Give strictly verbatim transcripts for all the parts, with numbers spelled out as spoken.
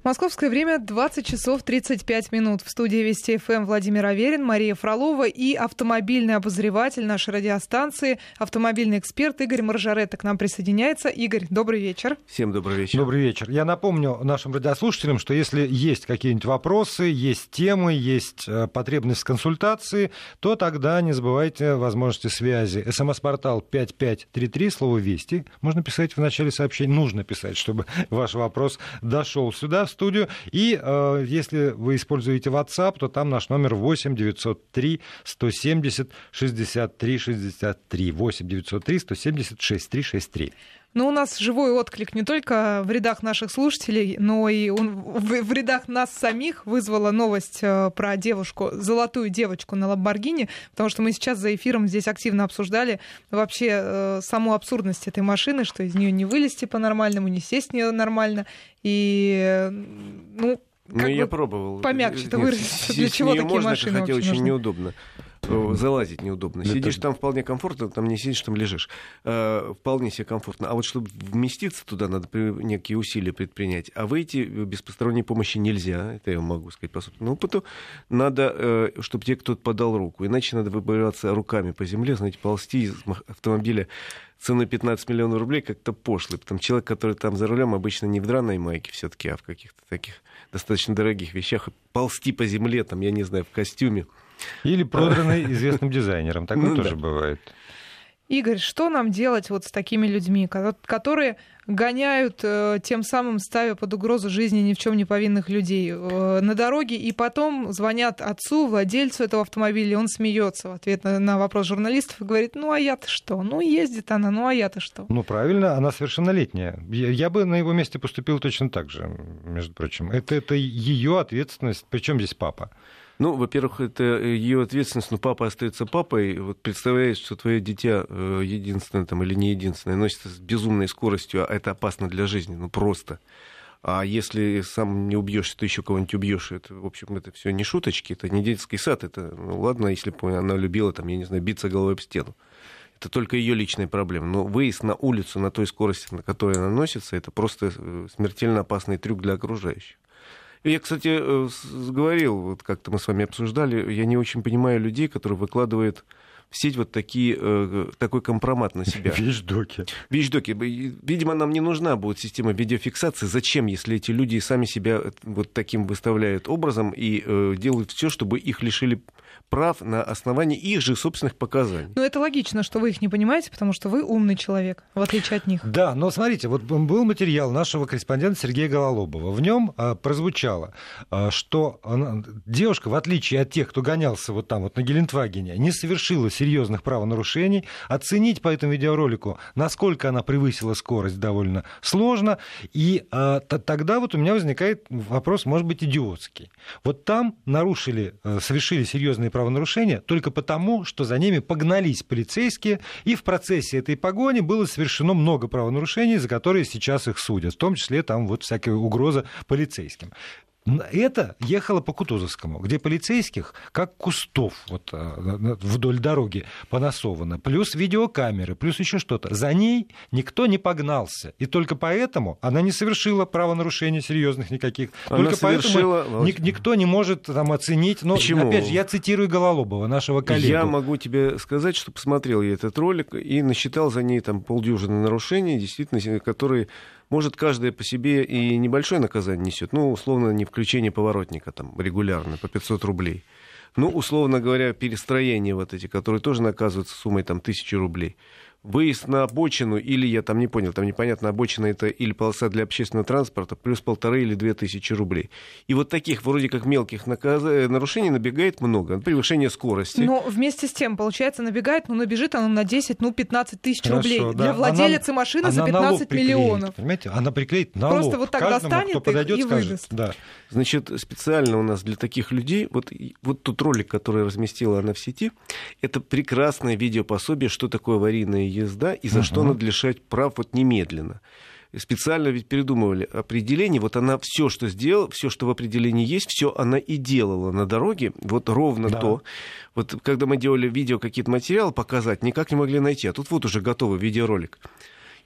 Московское время двадцать часов тридцать пять минут. В студии Вести ФМ Владимир Аверин, Мария Фролова и автомобильный обозреватель нашей радиостанции, автомобильный эксперт Игорь Маржаретта к нам присоединяется. Игорь, добрый вечер. Всем добрый вечер. Добрый вечер. Я напомню нашим радиослушателям, что если есть какие-нибудь вопросы, есть темы, есть потребность в консультации, то тогда не забывайте возможности связи. СМС-портал пять пять три три, слово «Вести». Можно писать в начале сообщения, нужно писать, чтобы ваш вопрос дошел сюда, в студию. И э, если вы используете WhatsApp, то там наш номер восемь девятьсот три сто семьдесят шестьдесят три шестьдесят три. восемь девятьсот три сто семьдесят шестьдесят три шестьдесят три. Но у нас живой отклик не только в рядах наших слушателей, но и в рядах нас самих. Вызвала новость про девушку, золотую девочку на Ламборгини, потому что мы сейчас за эфиром здесь активно обсуждали вообще саму абсурдность этой машины, что из нее не вылезти по-нормальному, не сесть в нее нормально. И, ну, ну я пробовал. Помягче-то выразиться, для чего такие можно, машины хотя вообще очень нужны? Неудобно. Залазить неудобно. Это... Сидишь там вполне комфортно, там не сидишь, там лежишь. Э, вполне себе комфортно. А вот чтобы вместиться туда, надо некие усилия предпринять. А выйти без посторонней помощи нельзя. Это я могу сказать по собственному опыту. Надо, э, чтобы тебе кто-то подал руку. Иначе надо выбираться руками по земле, знаете, ползти из автомобиля ценой пятнадцать миллионов рублей как-то пошлый. Потому человек, который там за рулем, обычно не в драной майке все-таки, а в каких-то таких достаточно дорогих вещах. Ползти по земле, там, я не знаю, в костюме. Или проданный известным дизайнером. Такое ну, тоже да. бывает. Игорь, что нам делать вот с такими людьми, которые гоняют, тем самым ставя под угрозу жизни ни в чем не повинных людей на дороге, и потом звонят отцу, владельцу этого автомобиля, и он смеется в ответ на, на вопрос журналистов и говорит: ну а я-то что? Ну ездит она, ну а я-то что? Ну правильно, она совершеннолетняя. Я, я бы на его месте поступил точно так же, между прочим. Это, это ее ответственность. Причем здесь папа? Ну, во-первых, это ее ответственность, но папа остается папой. Вот представляешь, что твое дитя единственное там, или не единственное носится с безумной скоростью, а это опасно для жизни, ну просто. А если сам не убьешься, то еще кого-нибудь убьешь. Это, в общем, это все не шуточки, это не детский сад. Это, ну ладно, если бы она любила, там, я не знаю, биться головой об стену. Это только ее личная проблема. Но выезд на улицу на той скорости, на которой она носится, это просто смертельно опасный трюк для окружающих. Я, кстати, говорил, вот как-то мы с вами обсуждали, я не очень понимаю людей, которые выкладывают в сеть вот такие, такой компромат на себя. Вещдоки. Вещдоки. Видимо, нам не нужна будет система видеофиксации. Зачем, если эти люди сами себя вот таким выставляют образом и э, делают все, чтобы их лишили прав на основании их же собственных показаний? Ну, это логично, что вы их не понимаете, потому что вы умный человек, в отличие от них. Да, но смотрите, вот был материал нашего корреспондента Сергея Гололобова. В нем а, прозвучало, а, что она, девушка, в отличие от тех, кто гонялся вот там вот на Гелендвагене, не совершила серьезных правонарушений. Оценить по этому видеоролику, насколько она превысила скорость, довольно сложно. И а, т- тогда вот у меня возникает вопрос, может быть, идиотский. Вот там нарушили, совершили серьезные правонарушения только потому, что за ними погнались полицейские, и в процессе этой погони было совершено много правонарушений, за которые сейчас их судят, в том числе там вот всякая угроза полицейским. Это ехало по Кутузовскому, где полицейских, как кустов вот, вдоль дороги понасовано, плюс видеокамеры, плюс еще что-то. За ней никто не погнался. И только поэтому она не совершила правонарушений серьезных никаких. Она только совершила... поэтому ник- никто не может там оценить. Но, Почему? Опять же, я цитирую Гололобова, нашего коллегу. Я могу тебе сказать, что посмотрел я этот ролик и насчитал за ней там полдюжины нарушений, действительно, которые... Может, каждая по себе и небольшое наказание несет, ну, условно, не включение поворотника там регулярно по пятьсот рублей. Ну, условно говоря, перестроения вот эти, которые тоже наказываются суммой там тысячи рублей. Выезд на обочину, или, я там не понял, там непонятно, обочина это или полоса для общественного транспорта, плюс полторы или две тысячи рублей. И вот таких вроде как мелких наказ... нарушений набегает много. Превышение скорости. Но вместе с тем, получается, набегает, ну, набежит она на десять, ну, пятнадцать тысяч Хорошо, рублей. да. Для владелицы она, машины она за пятнадцать миллионов. Понимаете, она приклеит налог. Просто вот так каждому, достанет кто подойдет, их и скажет, выдаст. да. Значит, специально у нас для таких людей, вот, вот тот ролик, который разместила она в сети, это прекрасное видеопособие, что такое аварийная езда и за uh-huh. что надо лишать прав вот немедленно. Специально ведь передумывали определение, вот она все, что сделала, все, что в определении есть, все она и делала на дороге, вот ровно да. то. Вот когда мы делали видео, какие-то материалы показать, никак не могли найти, а тут вот уже готовый видеоролик.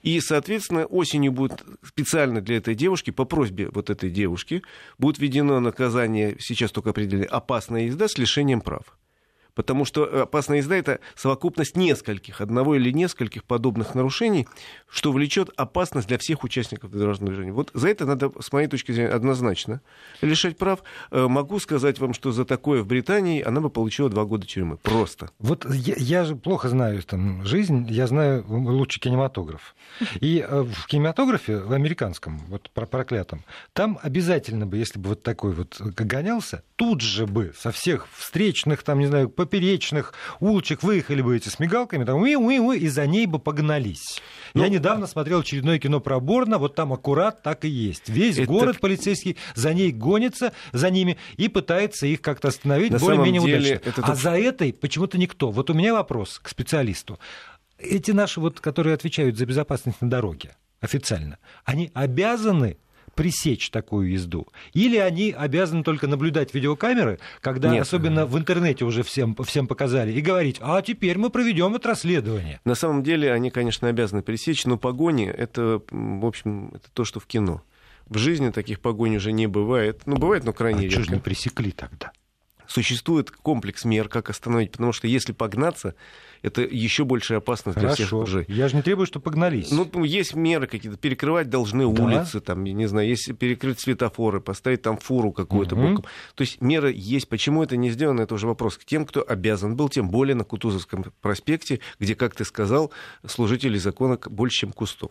И, соответственно, осенью будет специально для этой девушки, по просьбе вот этой девушки, будет введено наказание, сейчас только определено, опасная езда с лишением прав. Потому что опасная езда — это совокупность нескольких, одного или нескольких подобных нарушений, что влечет опасность для всех участников дорожного движения. Вот за это надо, с моей точки зрения, однозначно лишать прав. Могу сказать вам, что за такое в Британии она бы получила два года тюрьмы. Просто. Вот я, я же плохо знаю там жизнь, я знаю лучше кинематограф. И в кинематографе, в американском, вот проклятом, там обязательно бы, если бы вот такой вот гонялся, тут же бы со всех встречных, там, не знаю, поперечных улочек выехали бы эти с мигалками, там, уи, уи, уи, и за ней бы погнались. Ну, Я недавно смотрел очередное кино про Борна, вот там аккурат так и есть. Весь это... город полицейский за ней гонится, за ними, и пытается их как-то остановить на более-менее удачно. Это... А за этой почему-то никто. Вот у меня вопрос к специалисту. Эти наши, вот, которые отвечают за безопасность на дороге официально, они обязаны пресечь такую езду? Или они обязаны только наблюдать видеокамеры, когда Нет. особенно в интернете уже всем, всем показали, и говорить, а теперь мы проведем это расследование? На самом деле они, конечно, обязаны пресечь, но погони — это, в общем, это то, что в кино. В жизни таких погонь уже не бывает. Ну, бывает, но крайне а редко. Что же не пресекли тогда? Существует комплекс мер, как остановить, потому что если погнаться, это еще большая опасность для всех уже. Я же не требую, чтобы погнались. Ну, есть меры какие-то, перекрывать должны да. улицы, там, не знаю, если перекрыть светофоры, поставить там фуру какую-то. Угу. То есть меры есть. Почему это не сделано, это уже вопрос к тем, кто обязан был, тем более на Кутузовском проспекте, где, как ты сказал, служителей закона больше, чем кустов.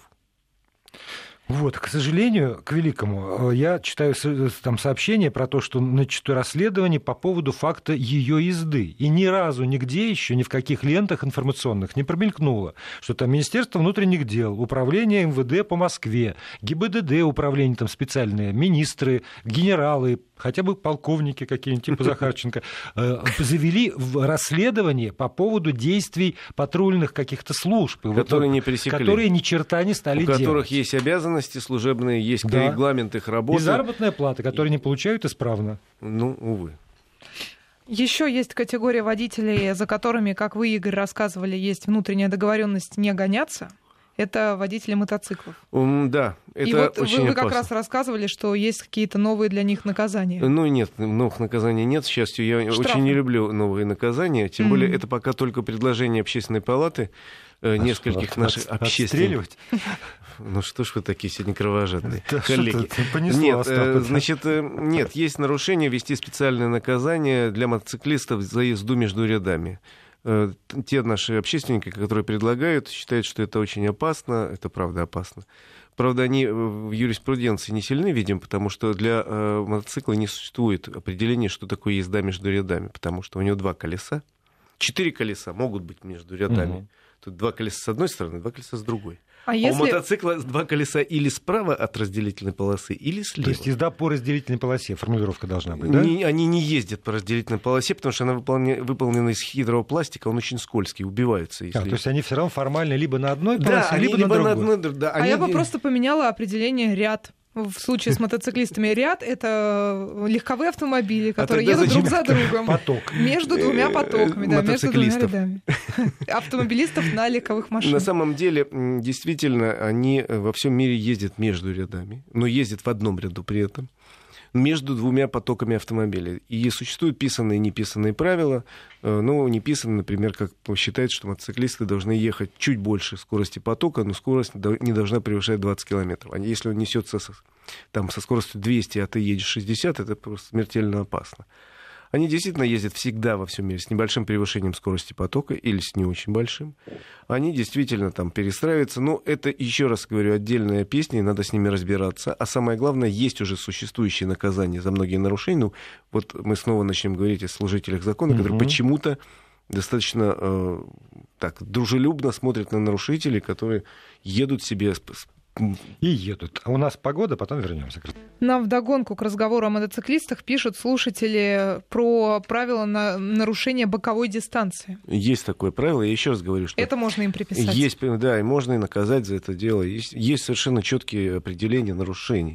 Вот, к сожалению, к великому, я читаю там сообщение про то, что начато расследование по поводу факта ее езды. И ни разу нигде еще, ни в каких лентах информационных не промелькнуло, что там Министерство внутренних дел, Управление эм вэ дэ по Москве, гэ бэ дэ дэ управление там специальные, министры, генералы, хотя бы полковники какие-нибудь, типа Захарченко, завели расследование по поводу действий патрульных каких-то служб, которые не пресекли, которые ни черта не стали делать. У которых есть обязанности служебные, есть да. регламент их работы. И заработная плата, которую не получают исправно. Ну, увы. Еще есть категория водителей, за которыми, как вы, Игорь, рассказывали, есть внутренняя договоренность не гоняться. Это водители мотоциклов. Um, да, это и вот очень вы, вы опасно. как раз рассказывали, что есть какие-то новые для них наказания. Ну нет, новых наказаний нет, к счастью. Я Штрафы. Очень не люблю новые наказания. Тем mm-hmm. более это пока только предложение общественной палаты э, нескольких а наших от, общественных... Ну что ж вы такие сегодня кровожадные, да, коллеги. Нет, э, значит, э, нет, есть нарушение, ввести специальное наказание для мотоциклистов за езду между рядами. Те наши общественники, которые предлагают, считают, что это очень опасно. Это правда опасно. Правда, они в юриспруденции не сильны, видим, потому что для э, мотоцикла не существует определения, что такое езда между рядами, потому что у него два колеса. Четыре колеса могут быть между рядами. Угу. Тут два колеса с одной стороны, два колеса с другой. А, а если... у мотоцикла два колеса или справа от разделительной полосы, или слева. То есть езда по разделительной полосе, формулировка должна быть, да? Не, они не ездят по разделительной полосе, потому что она выполнена, выполнена из хитрого пластика, он очень скользкий, убивается. Если... А, то есть они все равно формально либо на одной полосе, да, либо, либо на другой. другой. На, да, а они... я бы просто поменяла определение «ряд». В случае с мотоциклистами ряд — это легковые автомобили, которые а едут друг за другом. Поток. Между двумя потоками, да, между двумя рядами. Автомобилистов на легковых машинах. На самом деле, действительно, они во всем мире ездят между рядами, но ездят в одном ряду при этом, между двумя потоками автомобилей. И существуют писанные и неписанные правила. Ну, неписанные, например, как считают, что мотоциклисты должны ехать чуть больше скорости потока, но скорость не должна превышать двадцать километров. А если он несется со, там, со скоростью двести, а ты едешь шестьдесят, это просто смертельно опасно. Они действительно ездят всегда во всем мире с небольшим превышением скорости потока или с не очень большим. Они действительно там перестраиваются. Но это, еще раз говорю, отдельная песня, и надо с ними разбираться. А самое главное, есть уже существующие наказания за многие нарушения. Ну, вот мы снова начнем говорить о служителях закона, которые угу. почему-то достаточно э, так дружелюбно смотрят на нарушителей, которые едут себе... И едут. А у нас погода, потом вернемся. Нам вдогонку к разговору о мотоциклистах пишут слушатели про правила на нарушение боковой дистанции. Есть такое правило, я еще раз говорю, что... Это можно им приписать. Есть, да, и можно и наказать за это дело. Есть, есть совершенно четкие определения нарушений.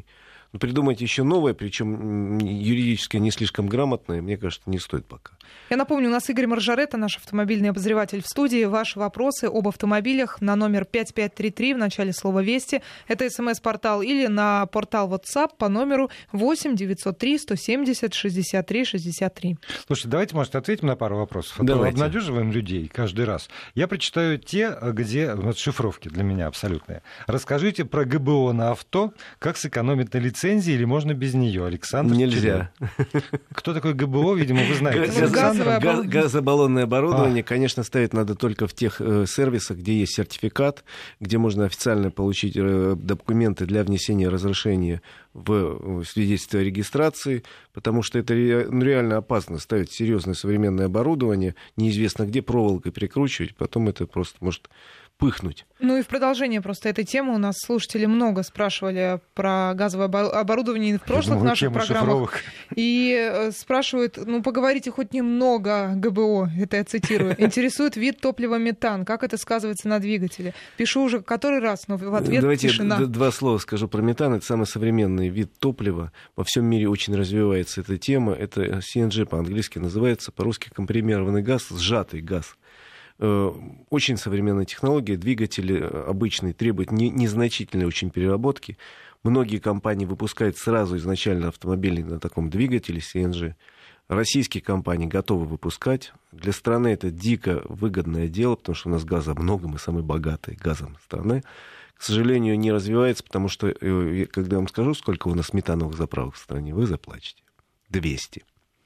Но придумать еще новое, причем юридически не слишком грамотное, мне кажется, не стоит пока. Я напомню, у нас Игорь Маржаретта, наш автомобильный обозреватель в студии. Ваши вопросы об автомобилях на номер пять пять три три в начале слова «Вести». Это смс-портал или на портал WhatsApp по номеру восемь девятьсот три сто семьдесят шестьдесят три шестьдесят три. Слушайте, давайте, может, ответим на пару вопросов. А то обнадеживаем людей каждый раз. Я прочитаю те, где вот, шифровки для меня абсолютные. Расскажите про ГБО на авто, как сэкономить на лицензии или можно без нее, Александр? Нельзя. Кто такой ГБО, видимо, вы знаете. Газобаллонное оборудование, конечно, ставить надо только в тех сервисах, где есть сертификат, где можно официально получить документы для внесения разрешения в свидетельство о регистрации, потому что это реально опасно ставить серьезное современное оборудование, неизвестно где, проволокой прикручивать, потом это просто может пыхнуть. Ну и в продолжение просто этой темы у нас слушатели много спрашивали про газовое оборудование в прошлых думаю, наших программах. Шифровок. И спрашивают, ну поговорите хоть немного ГБО, это я цитирую. Интересует вид топлива метан, как это сказывается на двигателе. Пишу уже который раз, но в ответ Давайте тишина. Давайте два слова скажу про метан. Это самый современный вид топлива. Во всем мире очень развивается эта тема. Это си эн джи по-английски называется, по-русски компримированный газ, сжатый газ. Очень современная технология, двигатели обычные требуют не, незначительной очень переработки. Многие компании выпускают сразу изначально автомобили на таком двигателе си эн джи. Российские компании готовы выпускать. Для страны это дико выгодное дело, потому что у нас газа много, мы самые богатые газом страны. К сожалению, не развивается, потому что, когда я вам скажу, сколько у нас метановых заправок в стране, вы заплачете. двести.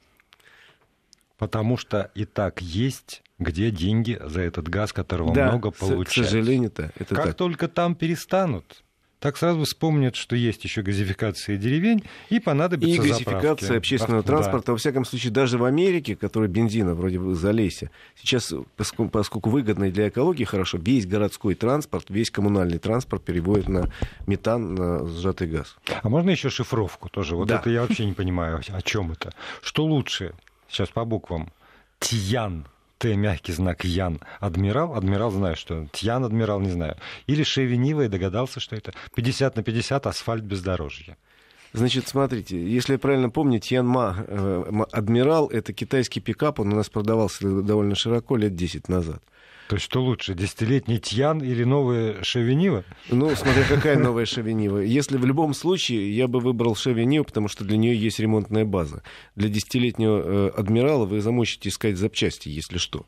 Потому что и так есть, где деньги за этот газ, которого да, много получается. К сожалению-то это как так. только там перестанут, так сразу вспомнят, что есть еще газификация деревень, и понадобится заправки. И заправки. газификация общественного да. транспорта. Во всяком случае, даже в Америке, которая бензина вроде бы залейся, сейчас, поскольку, поскольку выгодно и для экологии хорошо, весь городской транспорт, весь коммунальный транспорт переводит на метан, на сжатый газ. А можно еще шифровку тоже? Вот да. это я вообще не понимаю, о чем это. Что лучше? Сейчас по буквам. Тьян. Т, мягкий знак, Ян. Адмирал? Адмирал знаю, что. Тьян, адмирал, не знаю. Или Шеви Нива, и догадался, что это пятьдесят на пятьдесят асфальт бездорожья. Значит, смотрите, если я правильно помню, Тьянма э, Адмирал, это китайский пикап, он у нас продавался довольно широко лет десять назад. То есть что лучше, десятилетний Тьян или новая Шеви Нива? Ну, смотря какая новая Шеви Нива. Если в любом случае, я бы выбрал Шеви Ниву, потому что для нее есть ремонтная база. Для десятилетнего э, Адмирала вы замучите искать запчасти, если что.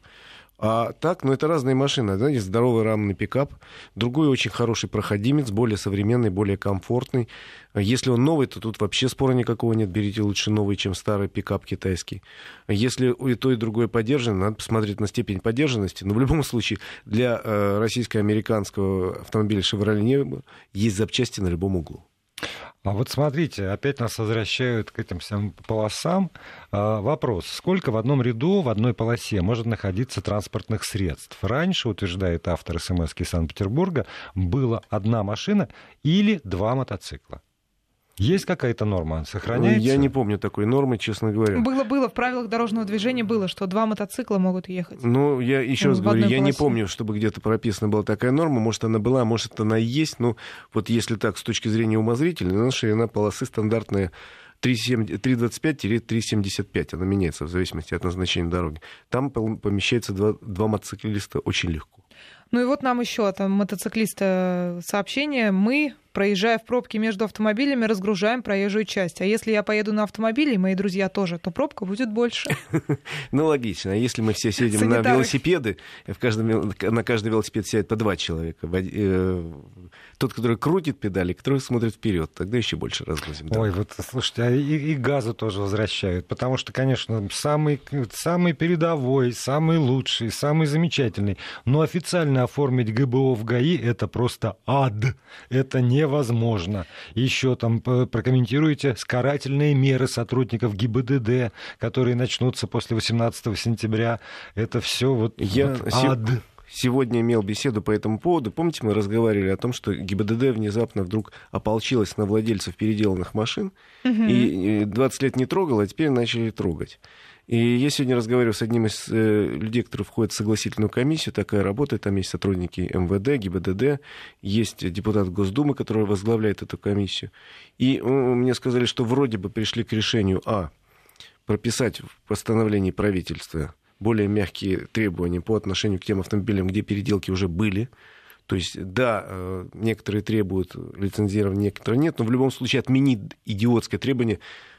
А так, ну это разные машины. Знаете, здоровый рамный пикап, другой очень хороший проходимец, более современный, более комфортный. Если он новый, то тут вообще спора никакого нет. Берите лучше новый, чем старый пикап китайский. Если и то, и другое подержано, надо посмотреть на степень подержанности. Но в любом случае для э, российско-американского автомобиля Chevrolet Neva есть запчасти на любом углу. А вот смотрите, опять нас возвращают к этим всем полосам. Вопрос, сколько в одном ряду, в одной полосе может находиться транспортных средств? Раньше, утверждает автор СМС-ки из Санкт-Петербурга, была одна машина или два мотоцикла. Есть какая-то норма? Сохраняется? Я не помню такой нормы, честно говоря. Было-было, в правилах дорожного движения было, что два мотоцикла могут ехать. Ну, я еще раз говорю, я полосе. не помню, чтобы где-то прописана была такая норма. Может, она была, может, она и есть. Но вот если так, с точки зрения умозрительной, ширина полосы стандартная три двадцать пять - три семьдесят пять. Она меняется в зависимости от назначения дороги. Там помещается два, два мотоциклиста очень легко. Ну и вот нам еще от мотоциклиста сообщение. Мы, проезжая в пробке между автомобилями, разгружаем проезжую часть. А если я поеду на автомобиле, и мои друзья тоже, то пробка будет больше. Ну, логично. А если мы все сядем на велосипеды, в каждом, на каждый велосипед сядет по два человека. Тот, который крутит педали, который смотрит вперед, тогда еще больше разгрузим. Ой, вот слушайте, а и, и газу тоже возвращают. Потому что, конечно, самый, самый передовой, самый лучший, самый замечательный. Но официально оформить ГБО в ГАИ — это просто ад. Это невозможно. Еще там прокомментируйте карательные меры сотрудников ГИБДД, которые начнутся после восемнадцатого сентября. Это все вот, Я... вот ад. сегодня имел беседу по этому поводу. Помните, мы разговаривали о том, что ГИБДД внезапно вдруг ополчилась на владельцев переделанных машин, угу. и двадцать лет не трогала, а теперь начали трогать. И я сегодня разговариваю с одним из э, людей, которые входят в согласительную комиссию. Такая работа, там есть сотрудники эм вэ дэ, ГИБДД, есть депутат Госдумы, который возглавляет эту комиссию. И э, мне сказали, что вроде бы пришли к решению, а, прописать в постановлении правительства более мягкие требования по отношению к тем автомобилям, где переделки уже были. То есть, да, э, некоторые требуют лицензирования, некоторые нет, но в любом случае отменить идиотское требование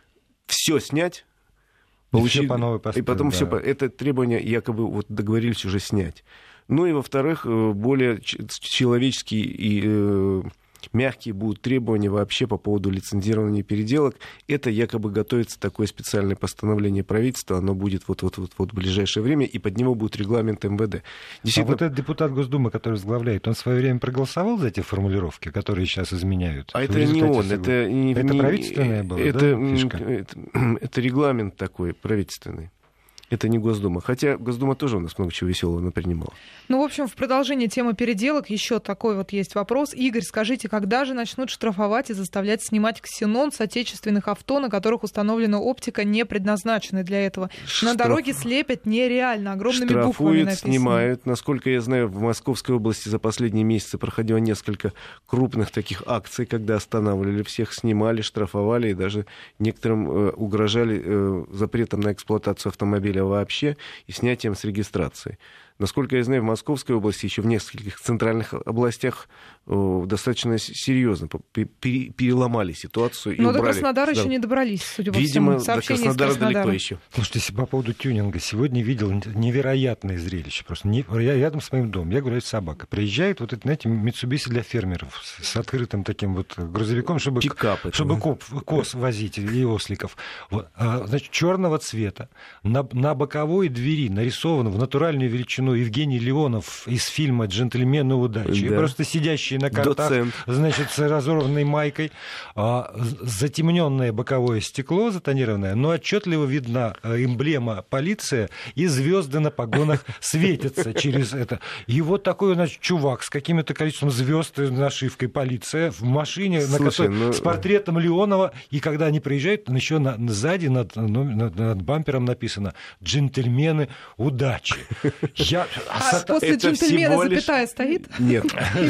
все снять, Получили, и, по новой поставить, и потом да. все по... это требование якобы вот договорились уже снять. Ну и во-вторых, более человеческие и э, мягкие будут требования вообще по поводу лицензирования переделок. Это якобы готовится такое специальное постановление правительства, оно будет вот-вот-вот в ближайшее время, и под него будет регламент эм вэ дэ. Действительно... А вот этот депутат Госдумы, который возглавляет, он в свое время проголосовал за эти формулировки, которые сейчас изменяют? А это не он, всего... это... Не, это не, правительственное было, это, да, фишка? Это, это регламент такой правительственный. Это не Госдума. Хотя Госдума тоже у нас много чего веселого напринимала. Ну, в общем, в продолжение темы переделок еще такой вот есть вопрос. Игорь, скажите, когда же начнут штрафовать и заставлять снимать ксенон с отечественных авто, на которых установлена оптика, не предназначенная для этого? Штраф... На дороге слепят нереально, огромными Штрафуют, буквами написано. Снимают. Насколько я знаю, в Московской области за последние месяцы проходило несколько крупных таких акций, когда останавливали всех, снимали, штрафовали и даже некоторым э, угрожали э, запретом на эксплуатацию автомобиля вообще и снятием с регистрации. Насколько я знаю, в Московской области, еще в нескольких центральных областях о, достаточно серьезно переломали ситуацию и Но убрали. до Краснодара да. еще не добрались, судя по Видимо, всему. Сообщение до Краснодара далеко еще. Слушайте, по поводу тюнинга. Сегодня видел невероятное зрелище. Просто не, я рядом с моим домом. Я гуляю с собакой. Приезжает вот это, знаете, Mitsubishi для фермеров с открытым таким вот грузовиком, чтобы, Пикап, чтобы коп, коз возить и осликов. Вот, а, значит, черного цвета. На, на боковой двери нарисовано в натуральную величину Евгений Леонов из фильма «Джентльмены удачи». Да. Просто сидящий на картах, доцент. Значит, с разорванной майкой. А, затемненное боковое стекло, затонированное, но отчетливо видна эмблема полиция, и звезды на погонах светятся через это. И вот такой, значит, чувак с каким-то количеством звезд, нашивкой «полиция» в машине, Слушай, на которой, ну... с портретом Леонова. И когда они приезжают, еще на, сзади над, над, над бампером написано «Джентльмены удачи». Я... А после джентльмена запятая стоит? Нет.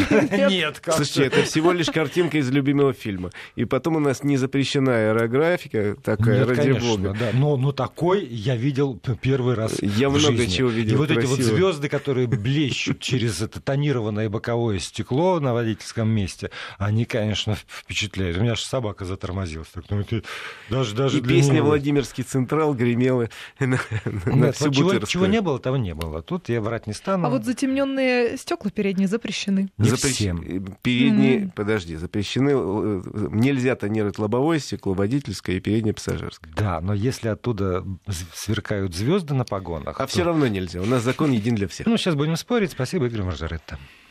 Нет, как Слушайте, это всего лишь картинка из любимого фильма. И потом у нас не запрещена аэрографика такая, Нет, ради конечно, бога. Да. Но, но такой я видел первый раз Я в много жизни. чего видел. И вот красиво. эти вот звезды, которые блещут через это тонированное боковое стекло на водительском месте, они, конечно, впечатляют. У меня аж собака затормозилась. Так, ну, даже, даже И песня него... «Владимирский Централ» гремела на, на Нет, всю вот чего, Бутырскую. чего не было, того не было. Тут я врать не стану. А вот затемненные стекла передние запрещены. Не Запрещ... всем. Передние, Mm-hmm. подожди, запрещены. Нельзя тонировать лобовое стекло, водительское и переднее пассажирское. Да, но если оттуда сверкают звезды на погонах. А то... все равно нельзя. У нас закон един для всех. Ну, сейчас будем спорить. Спасибо, Игорь Маржаретта.